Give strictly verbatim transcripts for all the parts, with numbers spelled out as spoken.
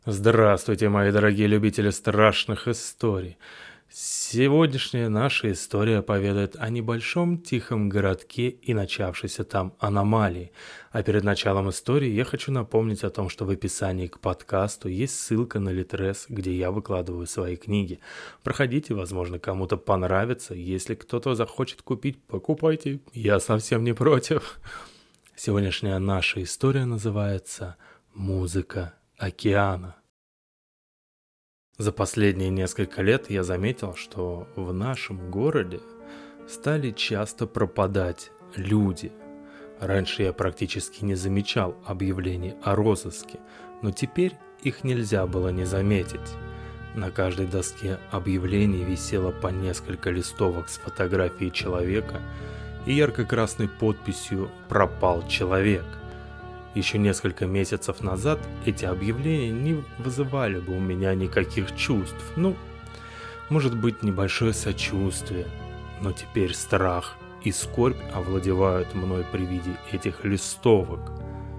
Здравствуйте, мои дорогие любители страшных историй. Сегодняшняя наша история поведает о небольшом тихом городке и начавшейся там аномалии. А перед началом истории я хочу напомнить о том, что в описании к подкасту есть ссылка на Литрес, где я выкладываю свои книги. Проходите, возможно, кому-то понравится. Если кто-то захочет купить, покупайте. Я совсем не против. Сегодняшняя наша история называется «Музыка океана». За последние несколько лет я заметил, что в нашем городе стали часто пропадать люди. Раньше я практически не замечал объявлений о розыске, но теперь их нельзя было не заметить. На каждой доске объявлений висело по несколько листовок с фотографией человека и ярко-красной подписью «Пропал человек». Еще несколько месяцев назад эти объявления не вызывали бы у меня никаких чувств. Ну, может быть, небольшое сочувствие. Но теперь страх и скорбь овладевают мной при виде этих листовок.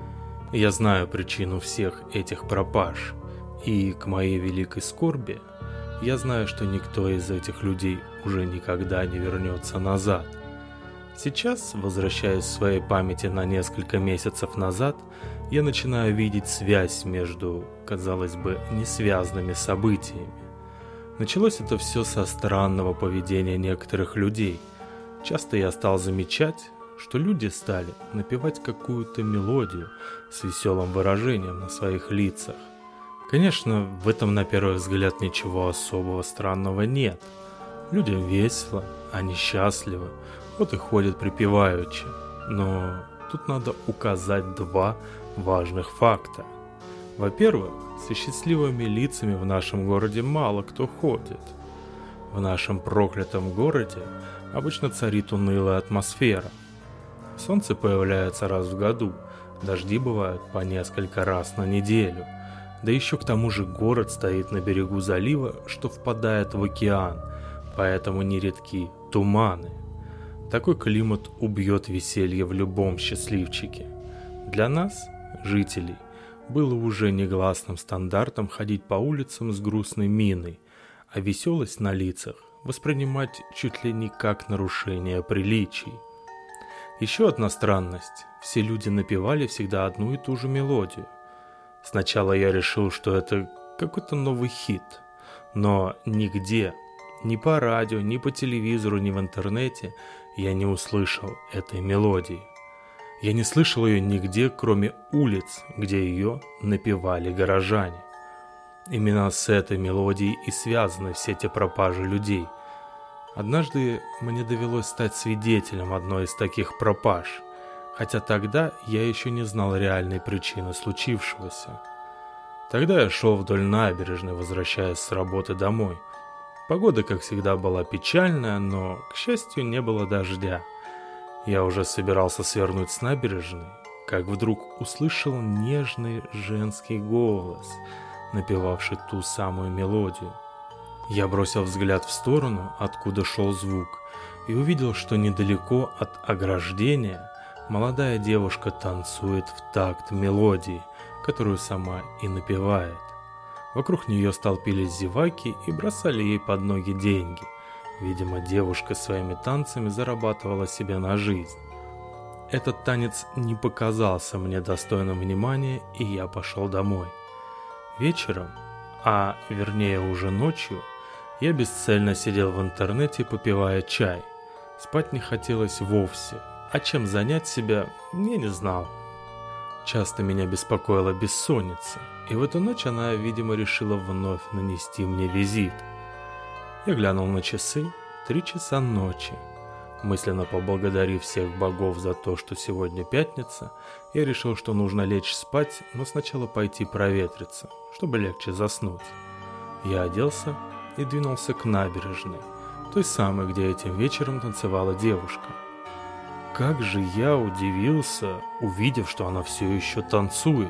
Я знаю причину всех этих пропаж. И к моей великой скорби я знаю, что никто из этих людей уже никогда не вернется назад. Сейчас, возвращаясь в своей памяти на несколько месяцев назад, я начинаю видеть связь между, казалось бы, несвязанными событиями. Началось это все со странного поведения некоторых людей. Часто я стал замечать, что люди стали напевать какую-то мелодию с веселым выражением на своих лицах. Конечно, в этом на первый взгляд ничего особого странного нет. Людям весело, они счастливы. Вот и ходят припеваючи. Но тут надо указать два важных факта. Во-первых, со счастливыми лицами в нашем городе мало кто ходит. В нашем проклятом городе обычно царит унылая атмосфера. Солнце появляется раз в году, дожди бывают по несколько раз на неделю. Да еще к тому же город стоит на берегу залива, что впадает в океан, поэтому нередки туманы. Такой климат убьет веселье в любом счастливчике. Для нас, жителей, было уже негласным стандартом ходить по улицам с грустной миной, а веселость на лицах воспринимать чуть ли не как нарушение приличий. Еще одна странность – все люди напевали всегда одну и ту же мелодию. Сначала я решил, что это какой-то новый хит, но нигде, ни по радио, ни по телевизору, ни в интернете – я не услышал этой мелодии. Я не слышал ее нигде, кроме улиц, где ее напевали горожане. Именно с этой мелодией и связаны все те пропажи людей. Однажды мне довелось стать свидетелем одной из таких пропаж, хотя тогда я еще не знал реальной причины случившегося. Тогда я шел вдоль набережной, возвращаясь с работы домой. Погода, как всегда, была печальная, но, к счастью, не было дождя. Я уже собирался свернуть с набережной, как вдруг услышал нежный женский голос, напевавший ту самую мелодию. Я бросил взгляд в сторону, откуда шел звук, и увидел, что недалеко от ограждения молодая девушка танцует в такт мелодии, которую сама и напевает. Вокруг нее столпились зеваки и бросали ей под ноги деньги. Видимо, девушка своими танцами зарабатывала себе на жизнь. Этот танец не показался мне достойным внимания, и я пошел домой. Вечером, а вернее уже ночью, я бесцельно сидел в интернете, попивая чай. Спать не хотелось вовсе, а чем занять себя, я не знал. Часто меня беспокоила бессонница, и в эту ночь она, видимо, решила вновь нанести мне визит. Я глянул на часы, три часа ночи. Мысленно поблагодарив всех богов за то, что сегодня пятница, я решил, что нужно лечь спать, но сначала пойти проветриться, чтобы легче заснуть. Я оделся и двинулся к набережной, той самой, где этим вечером танцевала девушка. Как же я удивился, увидев, что она все еще танцует.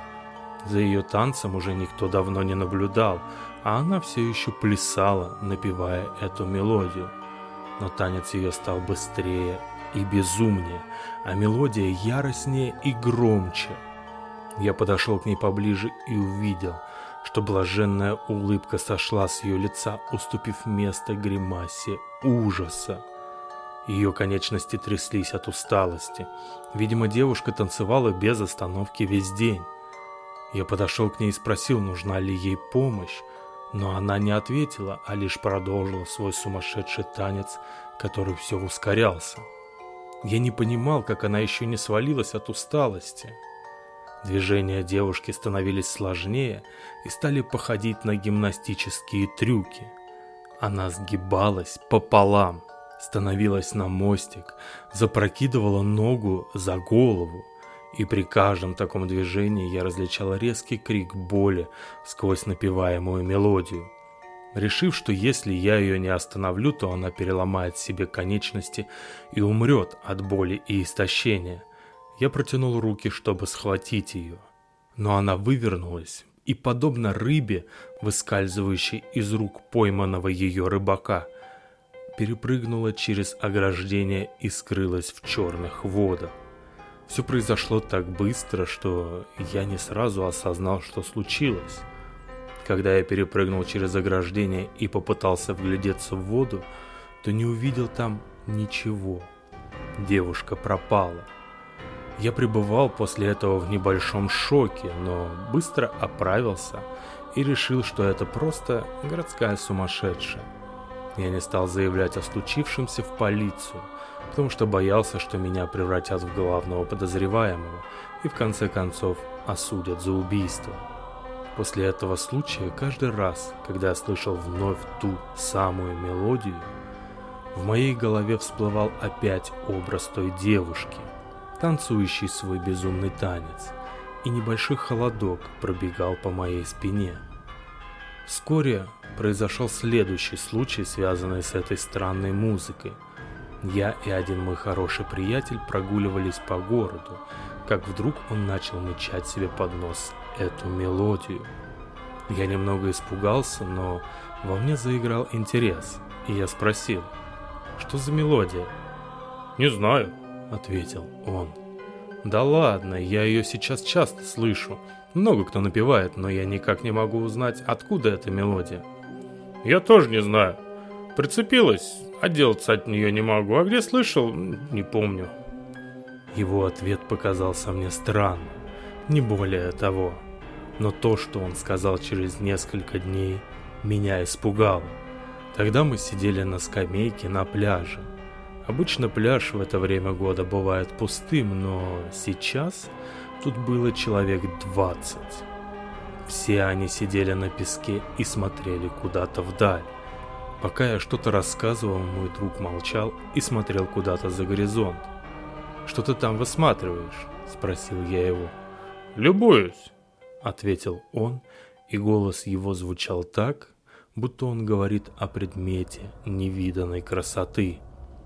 За ее танцем уже никто давно не наблюдал, а она все еще плясала, напевая эту мелодию. Но танец ее стал быстрее и безумнее, а мелодия яростнее и громче. Я подошел к ней поближе и увидел, что блаженная улыбка сошла с ее лица, уступив место гримасе ужаса. Ее конечности тряслись от усталости. Видимо, девушка танцевала без остановки весь день. Я подошел к ней и спросил, нужна ли ей помощь, но она не ответила, а лишь продолжила свой сумасшедший танец, который все ускорялся. Я не понимал, как она еще не свалилась от усталости. Движения девушки становились сложнее и стали походить на гимнастические трюки. Она сгибалась пополам, становилась на мостик, запрокидывала ногу за голову, и при каждом таком движении я различал резкий крик боли сквозь напеваемую мелодию. Решив, что если я ее не остановлю, то она переломает себе конечности и умрет от боли и истощения, я протянул руки, чтобы схватить ее. Но она вывернулась и, подобно рыбе, выскальзывающей из рук пойманного ее рыбака, перепрыгнула через ограждение и скрылась в черных водах. Все произошло так быстро, что я не сразу осознал, что случилось. Когда я перепрыгнул через ограждение и попытался вглядеться в воду, то не увидел там ничего. Девушка пропала. Я пребывал после этого в небольшом шоке, но быстро оправился и решил, что это просто городская сумасшедшая. Я не стал заявлять о случившемся в полицию, потому что боялся, что меня превратят в главного подозреваемого и в конце концов осудят за убийство. После этого случая каждый раз, когда я слышал вновь ту самую мелодию, в моей голове всплывал опять образ той девушки, танцующей свой безумный танец, и небольшой холодок пробегал по моей спине. Вскоре произошел следующий случай, связанный с этой странной музыкой. Я и один мой хороший приятель прогуливались по городу, как вдруг он начал мычать себе под нос эту мелодию. Я немного испугался, но во мне заиграл интерес, и я спросил, что за мелодия? «Не знаю», — ответил он. «Да ладно, я ее сейчас часто слышу. Много кто напевает, но я никак не могу узнать, откуда эта мелодия». «Я тоже не знаю. Прицепилась, отделаться от нее не могу, а где слышал, не помню». Его ответ показался мне странным, не более того. Но то, что он сказал через несколько дней, меня испугало. Тогда мы сидели на скамейке на пляже. Обычно пляж в это время года бывает пустым, но сейчас тут было человек двадцать. Все они сидели на песке и смотрели куда-то вдаль. Пока я что-то рассказывал, мой друг молчал и смотрел куда-то за горизонт. «Что ты там высматриваешь?» – спросил я его. «Любуюсь», – ответил он, и голос его звучал так, будто он говорит о предмете невиданной красоты.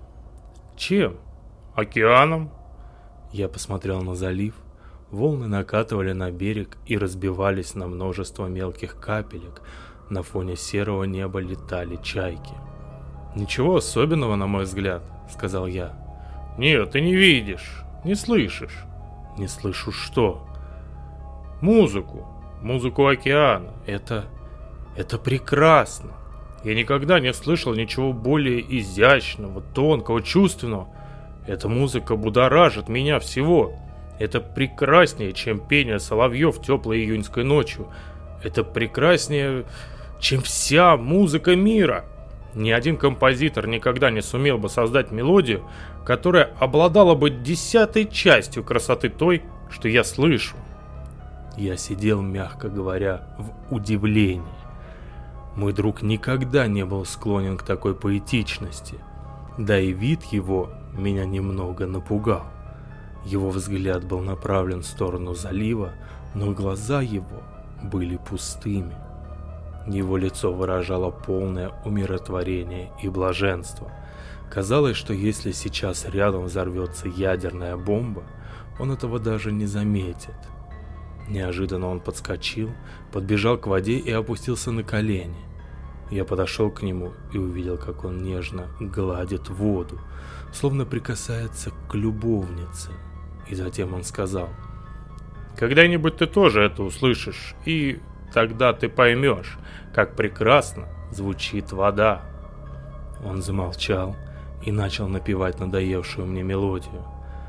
«Чем? Океаном?» Я посмотрел на залив. Волны накатывали на берег и разбивались на множество мелких капелек. На фоне серого неба летали чайки. «Ничего особенного, на мой взгляд», — сказал я. «Нет, ты не видишь, не слышишь». «Не слышу что?» «Музыку, музыку океана. Это... это прекрасно. Я никогда не слышал ничего более изящного, тонкого, чувственного. Эта музыка будоражит меня всего. Это прекраснее, чем пение соловьев теплой июньской ночью. Это прекраснее, чем вся музыка мира. Ни один композитор никогда не сумел бы создать мелодию, которая обладала бы десятой частью красоты той, что я слышу». Я сидел, мягко говоря, в удивлении. Мой друг никогда не был склонен к такой поэтичности, да и вид его меня немного напугал. Его взгляд был направлен в сторону залива, но глаза его были пустыми. Его лицо выражало полное умиротворение и блаженство. Казалось, что если сейчас рядом взорвется ядерная бомба, он этого даже не заметит. Неожиданно он подскочил, подбежал к воде и опустился на колени. Я подошел к нему и увидел, как он нежно гладит воду, словно прикасается к любовнице. И затем он сказал: «Когда-нибудь ты тоже это услышишь и тогда ты поймешь, как прекрасно звучит вода». Он замолчал и начал напевать надоевшую мне мелодию.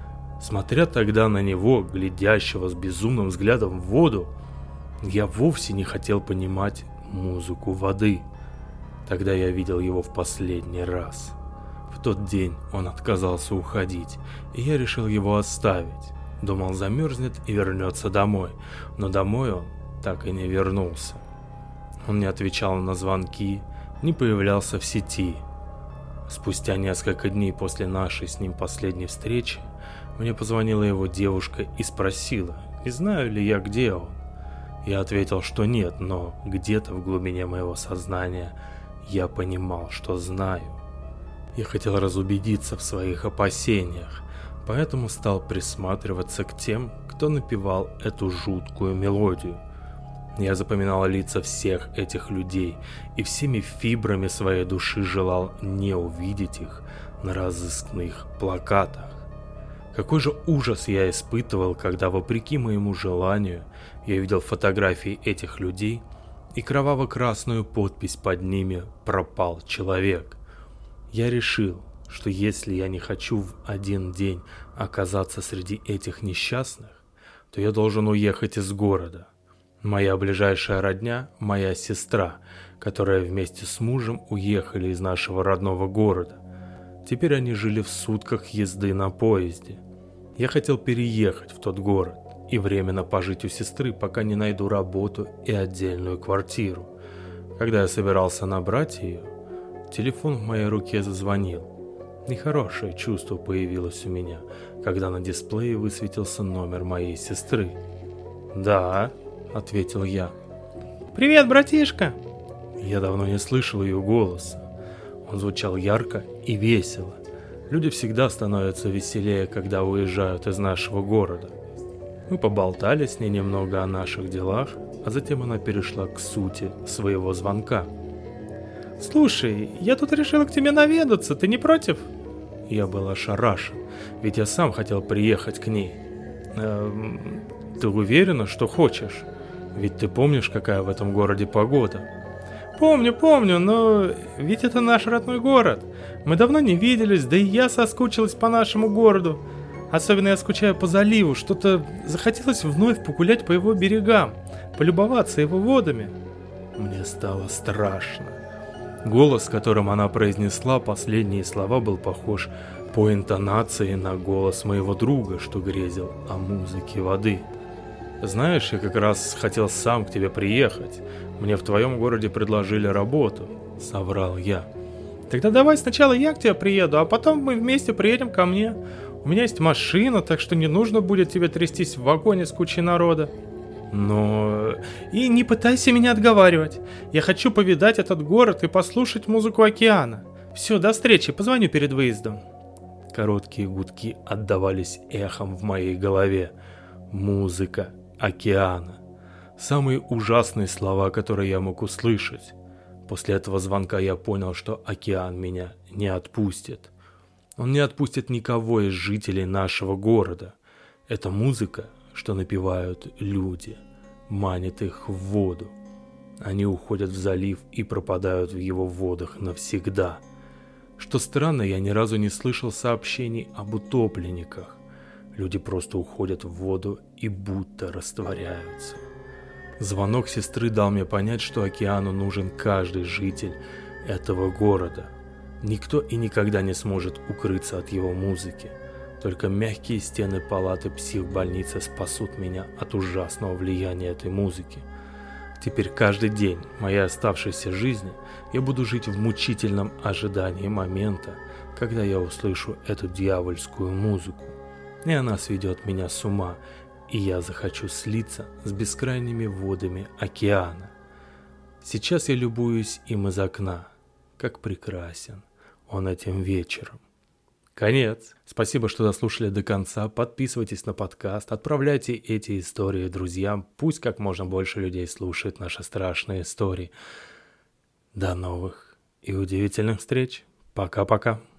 Смотря тогда на него, глядящего с безумным взглядом в воду, я вовсе не хотел понимать музыку воды. Тогда я видел его в последний раз. В тот день он отказался уходить, и я решил его оставить. Думал, замерзнет и вернется домой, но домой он так и не вернулся. Он не отвечал на звонки, не появлялся в сети. Спустя несколько дней после нашей с ним последней встречи мне позвонила его девушка и спросила, не знаю ли я, где он. Я ответил, что нет, но где-то в глубине моего сознания я понимал, что знаю. Я хотел разубедиться в своих опасениях, поэтому стал присматриваться к тем, кто напевал эту жуткую мелодию. Я запоминал лица всех этих людей и всеми фибрами своей души желал не увидеть их на разыскных плакатах. Какой же ужас я испытывал, когда, вопреки моему желанию, я видел фотографии этих людей и кроваво-красную подпись под ними «Пропал человек». Я решил, что если я не хочу в один день оказаться среди этих несчастных, то я должен уехать из города. Моя ближайшая родня – моя сестра, которая вместе с мужем уехали из нашего родного города. Теперь они жили в сутках езды на поезде. Я хотел переехать в тот город и временно пожить у сестры, пока не найду работу и отдельную квартиру. Когда я собирался набрать ее, телефон в моей руке зазвонил. Нехорошее чувство появилось у меня, когда на дисплее высветился номер моей сестры. «Да», — ответил я. «Привет, братишка!» Я давно не слышал ее голоса. Он звучал ярко и весело. Люди всегда становятся веселее, когда уезжают из нашего города. Мы поболтали с ней немного о наших делах, а затем она перешла к сути своего звонка. «Слушай, я тут решила к тебе наведаться, ты не против?» Я был ошарашен, ведь я сам хотел приехать к ней. «Эм, ты уверена, что хочешь? Ведь ты помнишь, какая в этом городе погода?» «Помню, помню, но ведь это наш родной город. Мы давно не виделись, да и я соскучилась по нашему городу. Особенно я скучаю по заливу, что-то захотелось вновь погулять по его берегам, полюбоваться его водами». Мне стало страшно. Голос, которым она произнесла последние слова, был похож по интонации на голос моего друга, что грезил о музыке воды. «Знаешь, я как раз хотел сам к тебе приехать. Мне в твоем городе предложили работу», — соврал я. «Тогда давай сначала я к тебе приеду, а потом мы вместе приедем ко мне. У меня есть машина, так что не нужно будет тебе трястись в вагоне с кучей народа». «Но...» «И не пытайся меня отговаривать. Я хочу повидать этот город и послушать музыку океана. Все, до встречи, позвоню перед выездом». Короткие гудки отдавались эхом в моей голове. Музыка океана. Самые ужасные слова, которые я мог услышать. После этого звонка я понял, что океан меня не отпустит. Он не отпустит никого из жителей нашего города. Это музыка, что напевают люди, манит их в воду. Они уходят в залив и пропадают в его водах навсегда. Что странно, я ни разу не слышал сообщений об утопленниках. Люди просто уходят в воду и будто растворяются. Звонок сестры дал мне понять, что океану нужен каждый житель этого города. Никто и никогда не сможет укрыться от его музыки. Только мягкие стены палаты психбольницы спасут меня от ужасного влияния этой музыки. Теперь каждый день моей оставшейся жизни я буду жить в мучительном ожидании момента, когда я услышу эту дьявольскую музыку. И она сведет меня с ума, и я захочу слиться с бескрайними водами океана. Сейчас я любуюсь им из окна. Как прекрасен он этим вечером. Конец. Спасибо, что дослушали до конца. Подписывайтесь на подкаст, отправляйте эти истории друзьям. Пусть как можно больше людей слушает наши страшные истории. До новых и удивительных встреч. Пока-пока.